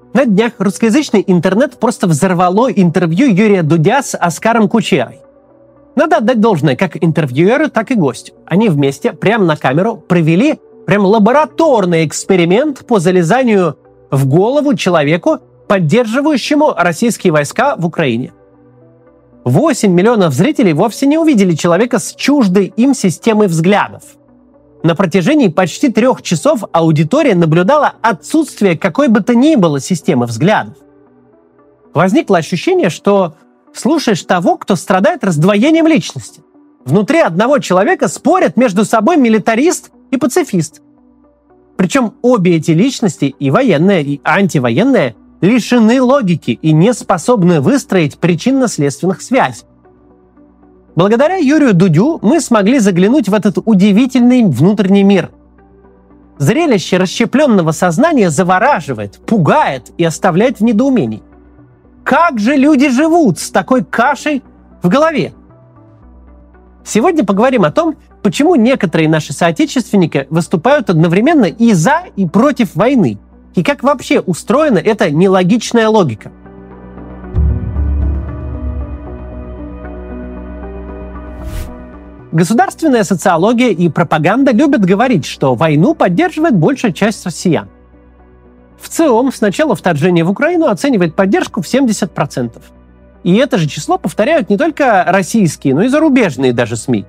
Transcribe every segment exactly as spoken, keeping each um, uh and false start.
На днях русскоязычный интернет просто взорвало интервью Юрия Дудя с Оскаром Кучерой. Надо отдать должное как интервьюеру, так и гостю. Они вместе, прямо на камеру, провели прям лабораторный эксперимент по залезанию в голову человеку, поддерживающему российские войска в Украине. восемь миллионов зрителей вовсе не увидели человека с чуждой им системой взглядов. На протяжении почти трех часов аудитория наблюдала отсутствие какой бы то ни было системы взглядов. Возникло ощущение, что слушаешь того, кто страдает раздвоением личности. Внутри одного человека спорят между собой милитарист и пацифист. Причем обе эти личности, и военная, и антивоенная, лишены логики и не способны выстроить причинно-следственных связей. Благодаря Юрию Дудю мы смогли заглянуть в этот удивительный внутренний мир. Зрелище расщепленного сознания завораживает, пугает и оставляет в недоумении. Как же люди живут с такой кашей в голове? Сегодня поговорим о том, почему некоторые наши соотечественники выступают одновременно и за, и против войны, и как вообще устроена эта нелогичная логика. Государственная социология и пропаганда любят говорить, что войну поддерживает большая часть россиян. В ЦИОМ с начала вторжения в Украину оценивает поддержку в семьдесят процентов. И это же число повторяют не только российские, но и зарубежные даже СМИ.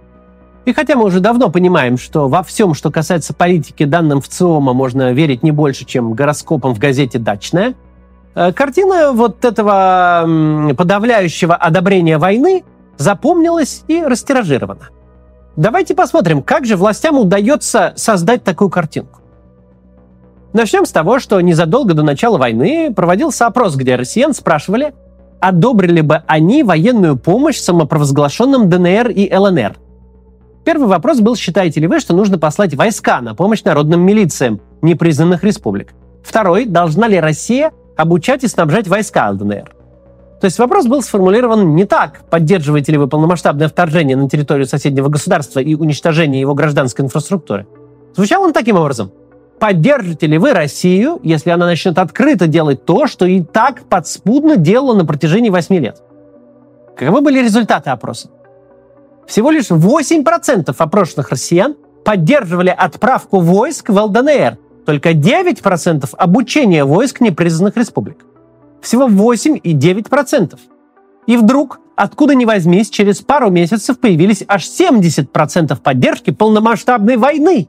И хотя мы уже давно понимаем, что во всем, что касается политики, данным в ЦИОМа можно верить не больше, чем гороскопам в газете «Дачная», картина вот этого подавляющего одобрения войны запомнилась и растиражирована. Давайте посмотрим, как же властям удается создать такую картинку. Начнем с того, что незадолго до начала войны проводился опрос, где россиян спрашивали, одобрили бы они военную помощь самопровозглашенным ДНР и ЛНР. Первый вопрос был, считаете ли вы, что нужно послать войска на помощь народным милициям непризнанных республик? Второй, должна ли Россия обучать и снабжать войска ЛДНР? То есть вопрос был сформулирован не так, поддерживаете ли вы полномасштабное вторжение на территорию соседнего государства и уничтожение его гражданской инфраструктуры. Звучал он таким образом. Поддержите ли вы Россию, если она начнет открыто делать то, что и так подспудно делала на протяжении восьми лет? Каковы были результаты опроса? Всего лишь восемь процентов опрошенных россиян поддерживали отправку войск в ЛДНР, только девять процентов обучение войск непризнанных республик. Всего восемь и девять процентов. И вдруг, откуда ни возьмись, через пару месяцев появились аж семьдесят процентов поддержки полномасштабной войны.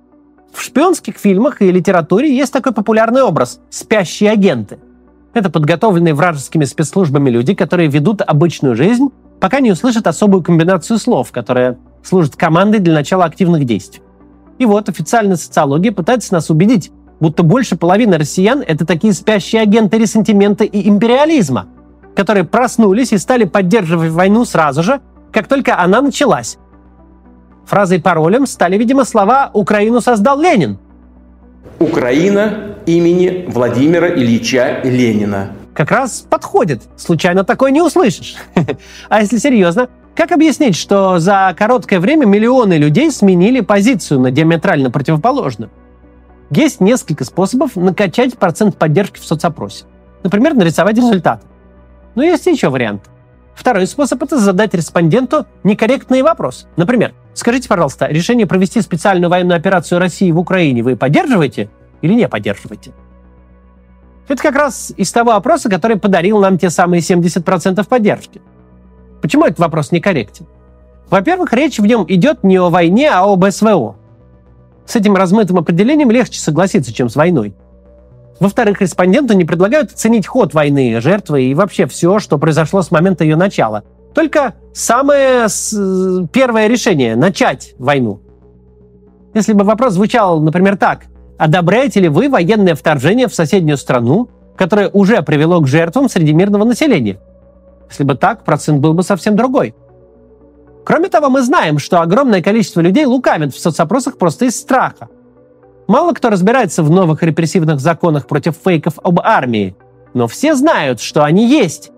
В шпионских фильмах и литературе есть такой популярный образ – спящие агенты. Это подготовленные вражескими спецслужбами люди, которые ведут обычную жизнь, пока не услышат особую комбинацию слов, которая служит командой для начала активных действий. И вот официальная социология пытается нас убедить, будто больше половины россиян – это такие спящие агенты ресентимента и империализма, которые проснулись и стали поддерживать войну сразу же, как только она началась. Фразой-паролем стали, видимо, слова «Украину создал Ленин». Украина имени Владимира Ильича Ленина. Как раз подходит. Случайно такое не услышишь. А если серьезно, как объяснить, что за короткое время миллионы людей сменили позицию на диаметрально противоположную? Есть несколько способов накачать процент поддержки в соцопросе. Например, нарисовать результаты. Но есть еще вариант. Второй способ – это задать респонденту некорректные вопросы. Например, скажите, пожалуйста, решение провести специальную военную операцию России в Украине вы поддерживаете или не поддерживаете? Это как раз из того опроса, который подарил нам те самые семьдесят процентов поддержки. Почему этот вопрос некорректен? Во-первых, речь в нем идет не о войне, а об СВО. С этим размытым определением легче согласиться, чем с войной. Во-вторых, респонденту не предлагают оценить ход войны, жертвы и вообще все, что произошло с момента ее начала. Только самое с... первое решение – начать войну. Если бы вопрос звучал, например, так: одобряете ли вы военное вторжение в соседнюю страну, которое уже привело к жертвам среди мирного населения? Если бы так, процент был бы совсем другой. Кроме того, мы знаем, что огромное количество людей лукавит в соцопросах просто из страха. Мало кто разбирается в новых репрессивных законах против фейков об армии, но все знают, что они есть.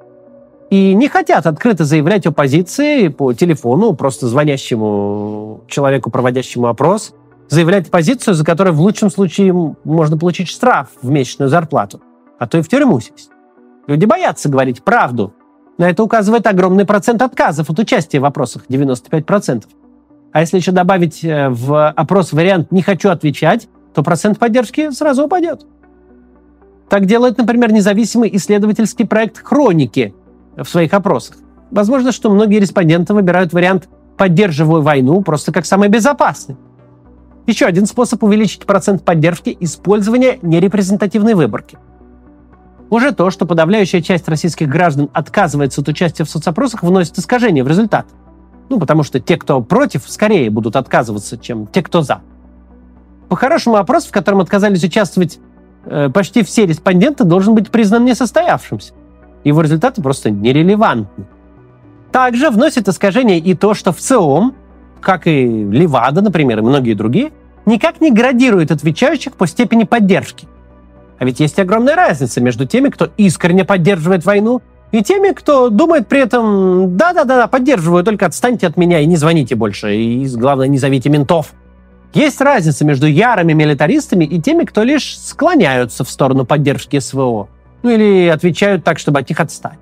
И не хотят открыто заявлять о позиции по телефону, просто звонящему человеку, проводящему опрос, заявлять позицию, за которую в лучшем случае можно получить штраф в месячную зарплату, а то и в тюрьму сесть. Люди боятся говорить правду. На это указывает огромный процент отказов от участия в опросах, девяносто пять процентов. А если еще добавить в опрос вариант «не хочу отвечать», то процент поддержки сразу упадет. Так делает, например, независимый исследовательский проект «Хроники» в своих опросах. Возможно, что многие респонденты выбирают вариант «поддерживаю войну» просто как самый безопасный. Еще один способ увеличить процент поддержки – использование нерепрезентативной выборки. Уже то, что подавляющая часть российских граждан отказывается от участия в соцопросах, вносит искажение в результат. Ну, потому что те, кто против, скорее будут отказываться, чем те, кто за. По-хорошему, опрос, в котором отказались участвовать э, почти все респонденты, должен быть признан несостоявшимся. Его результаты просто нерелевантны. Также вносит искажение и то, что в ЦИОМ, как и Левада, например, и многие другие, никак не градирует отвечающих по степени поддержки. А ведь есть огромная разница между теми, кто искренне поддерживает войну, и теми, кто думает при этом «да-да-да, поддерживаю, только отстаньте от меня и не звоните больше, и, главное, не зовите ментов». Есть разница между ярыми милитаристами и теми, кто лишь склоняются в сторону поддержки СВО, ну или отвечают так, чтобы от них отстать.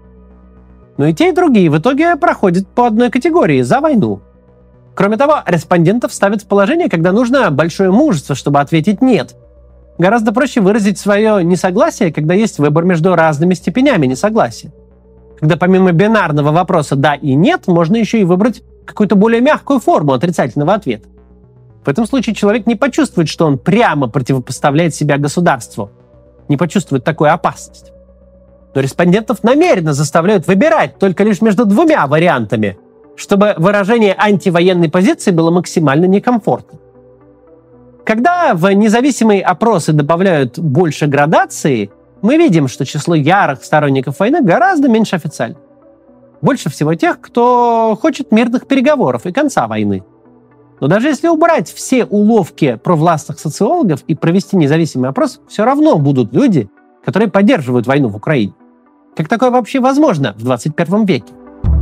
Но и те, и другие в итоге проходят по одной категории – за войну. Кроме того, респондентов ставят в положение, когда нужно большое мужество, чтобы ответить «нет». Гораздо проще выразить свое несогласие, когда есть выбор между разными степенями несогласия. Когда помимо бинарного вопроса «да» и «нет» можно еще и выбрать какую-то более мягкую форму отрицательного ответа. В этом случае человек не почувствует, что он прямо противопоставляет себя государству, не почувствует такую опасность. Но респондентов намеренно заставляют выбирать только лишь между двумя вариантами, чтобы выражение антивоенной позиции было максимально некомфортно. Когда в независимые опросы добавляют больше градации, мы видим, что число ярых сторонников войны гораздо меньше официально. Больше всего тех, кто хочет мирных переговоров и конца войны. Но даже если убрать все уловки провластных социологов и провести независимый опрос, все равно будут люди, которые поддерживают войну в Украине. Как такое вообще возможно в двадцать первом веке?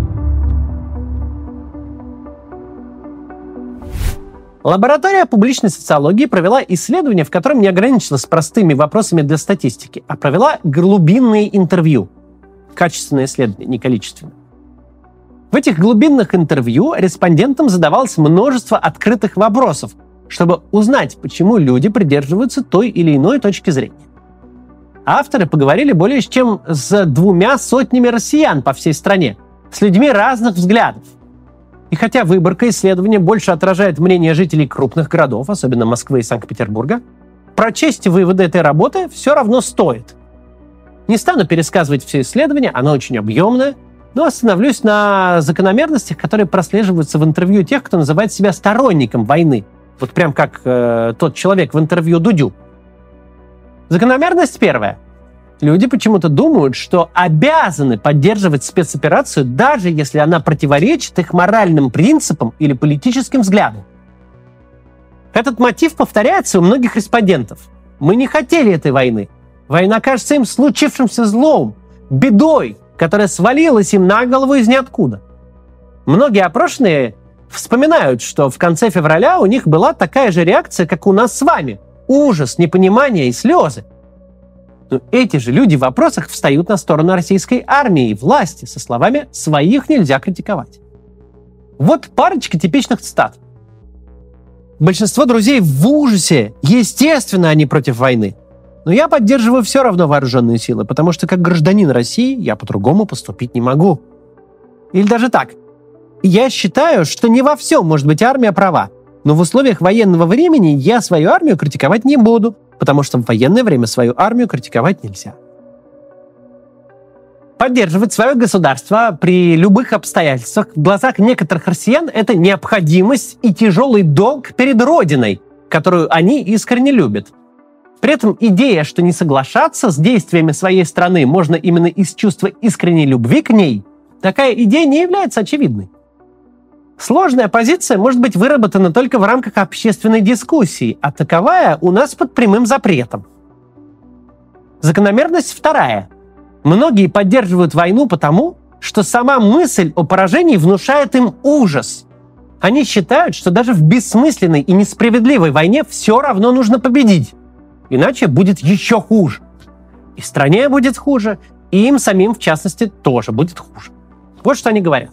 Лаборатория публичной социологии провела исследование, в котором не ограничилась простыми вопросами для статистики, а провела глубинные интервью. Качественное исследование, не количественное. В этих глубинных интервью респондентам задавалось множество открытых вопросов, чтобы узнать, почему люди придерживаются той или иной точки зрения. Авторы поговорили более чем с двумя сотнями россиян по всей стране, с людьми разных взглядов. И хотя выборка исследования больше отражает мнение жителей крупных городов, особенно Москвы и Санкт-Петербурга, прочесть выводы этой работы все равно стоит. Не стану пересказывать все исследование, оно очень объемное, но остановлюсь на закономерностях, которые прослеживаются в интервью тех, кто называет себя сторонником войны. Вот прям как э, тот человек в интервью Дудю. Закономерность первая. Люди почему-то думают, что обязаны поддерживать спецоперацию, даже если она противоречит их моральным принципам или политическим взглядам. Этот мотив повторяется у многих респондентов. Мы не хотели этой войны. Война кажется им случившимся злом, бедой, которая свалилась им на голову из ниоткуда. Многие опрошенные вспоминают, что в конце февраля у них была такая же реакция, как у нас с вами. Ужас, непонимание и слезы. Но эти же люди в вопросах встают на сторону российской армии и власти со словами «своих нельзя критиковать». Вот парочка типичных цитат. Большинство друзей в ужасе. Естественно, они против войны. Но я поддерживаю все равно вооруженные силы, потому что как гражданин России я по-другому поступить не могу. Или даже так. Я считаю, что не во всем может быть армия права, но в условиях военного времени я свою армию критиковать не буду, потому что в военное время свою армию критиковать нельзя. Поддерживать свое государство при любых обстоятельствах в глазах некоторых россиян – это необходимость и тяжелый долг перед Родиной, которую они искренне любят. При этом идея, что не соглашаться с действиями своей страны можно именно из чувства искренней любви к ней, такая идея не является очевидной. Сложная позиция может быть выработана только в рамках общественной дискуссии, а таковая у нас под прямым запретом. Закономерность вторая. Многие поддерживают войну потому, что сама мысль о поражении внушает им ужас. Они считают, что даже в бессмысленной и несправедливой войне все равно нужно победить. Иначе будет еще хуже. И стране будет хуже, и им самим, в частности, тоже будет хуже. Вот что они говорят.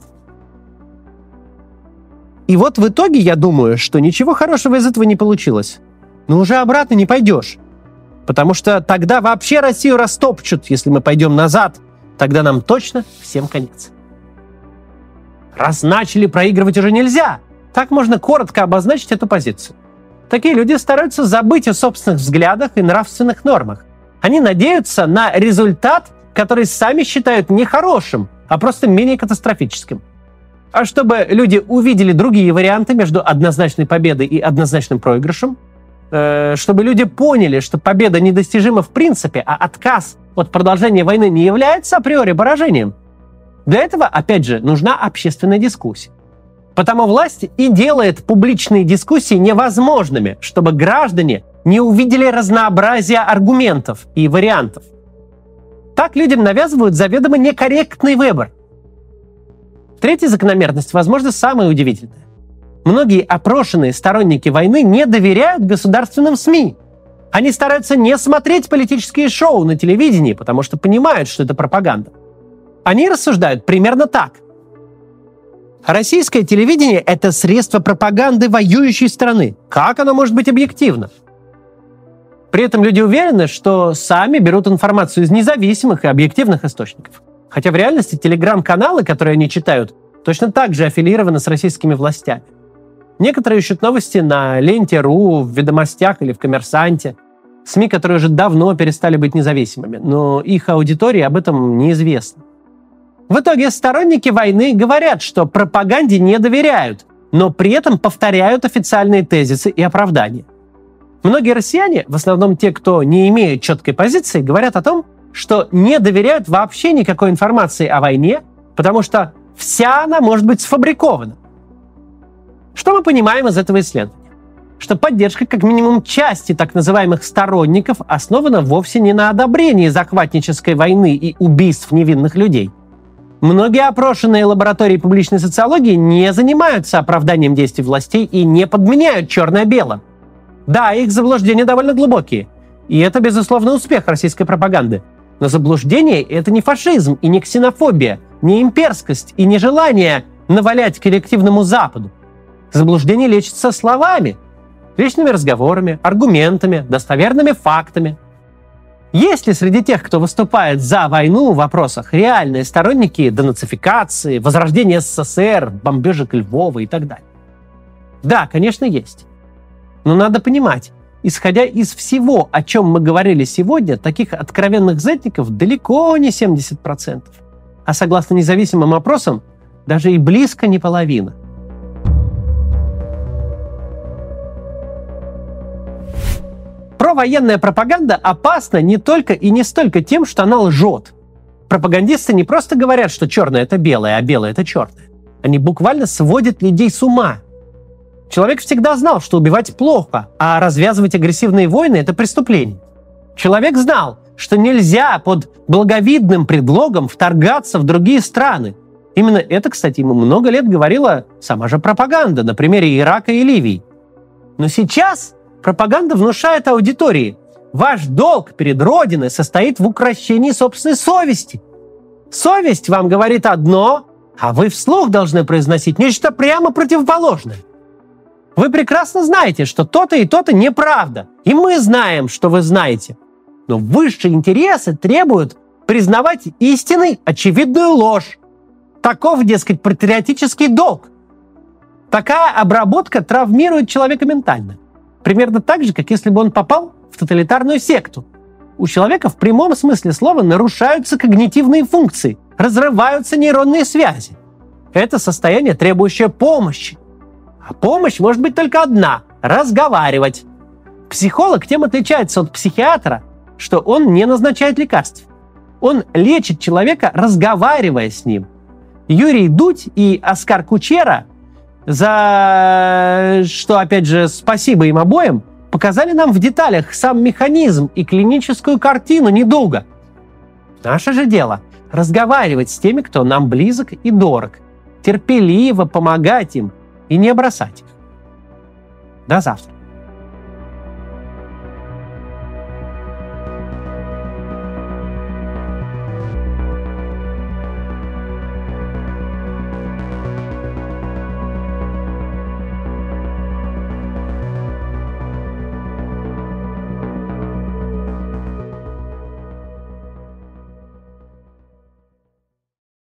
И вот в итоге я думаю, что ничего хорошего из этого не получилось. Но уже обратно не пойдешь. Потому что тогда вообще Россию растопчут. Если мы пойдем назад, тогда нам точно всем конец. Раз начали, проигрывать уже нельзя. Так можно коротко обозначить эту позицию. Такие люди стараются забыть о собственных взглядах и нравственных нормах. Они надеются на результат, который сами считают не хорошим, а просто менее катастрофическим. А чтобы люди увидели другие варианты между однозначной победой и однозначным проигрышем, э, чтобы люди поняли, что победа недостижима в принципе, а отказ от продолжения войны не является априори поражением, для этого, опять же, нужна общественная дискуссия. Потому власть и делает публичные дискуссии невозможными, чтобы граждане не увидели разнообразия аргументов и вариантов. Так людям навязывают заведомо некорректный выбор. Третья закономерность, возможно, самая удивительная. Многие опрошенные сторонники войны не доверяют государственным СМИ. Они стараются не смотреть политические шоу на телевидении, потому что понимают, что это пропаганда. Они рассуждают примерно так. Российское телевидение – это средство пропаганды воюющей страны. Как оно может быть объективно? При этом люди уверены, что сами берут информацию из независимых и объективных источников. Хотя в реальности телеграм-каналы, которые они читают, точно так же аффилированы с российскими властями. Некоторые ищут новости на ленте.ру, в Ведомостях или в Коммерсанте. СМИ, которые уже давно перестали быть независимыми, но их аудитории об этом неизвестно. В итоге сторонники войны говорят, что пропаганде не доверяют, но при этом повторяют официальные тезисы и оправдания. Многие россияне, в основном те, кто не имеет четкой позиции, говорят о том, что не доверяют вообще никакой информации о войне, потому что вся она может быть сфабрикована. Что мы понимаем из этого исследования? Что поддержка как минимум части так называемых сторонников основана вовсе не на одобрении захватнической войны и убийств невинных людей. Многие опрошенные лаборатории публичной социологии не занимаются оправданием действий властей и не подменяют черное белым. Да, их заблуждения довольно глубокие, и это, безусловно, успех российской пропаганды. Но заблуждение — это не фашизм и не ксенофобия, не имперскость и не желание навалять коллективному Западу. Заблуждение лечится словами, личными разговорами, аргументами, достоверными фактами. Есть ли среди тех, кто выступает за войну в вопросах, реальные сторонники денацификации, возрождения СССР, бомбежек Львова и так далее? Да, конечно, есть. Но надо понимать, исходя из всего, о чем мы говорили сегодня, таких откровенных зетников далеко не семьдесят процентов. А согласно независимым опросам, даже и близко не половина. Провоенная пропаганда опасна не только и не столько тем, что она лжет. Пропагандисты не просто говорят, что черное — это белое, а белое — это черное. Они буквально сводят людей с ума. Человек всегда знал, что убивать плохо, а развязывать агрессивные войны — это преступление. Человек знал, что нельзя под благовидным предлогом вторгаться в другие страны. Именно это, кстати, ему много лет говорила сама же пропаганда на примере Ирака и Ливии. Но сейчас пропаганда внушает аудитории: ваш долг перед Родиной состоит в укрощении собственной совести. Совесть вам говорит одно, а вы вслух должны произносить нечто прямо противоположное. Вы прекрасно знаете, что то-то и то-то неправда, и мы знаем, что вы знаете. Но высшие интересы требуют признавать истиной очевидную ложь. Таков, дескать, патриотический долг. Такая обработка травмирует человека ментально. Примерно так же, как если бы он попал в тоталитарную секту. У человека в прямом смысле слова нарушаются когнитивные функции, разрываются нейронные связи. Это состояние, требующее помощи. А помощь может быть только одна – разговаривать. Психолог тем отличается от психиатра, что он не назначает лекарств. Он лечит человека, разговаривая с ним. Юрий Дудь и Оскар Кучера, за что, опять же, спасибо им обоим, показали нам в деталях сам механизм и клиническую картину недуга. Наше же дело – разговаривать с теми, кто нам близок и дорог, терпеливо помогать им и не бросать их. До завтра.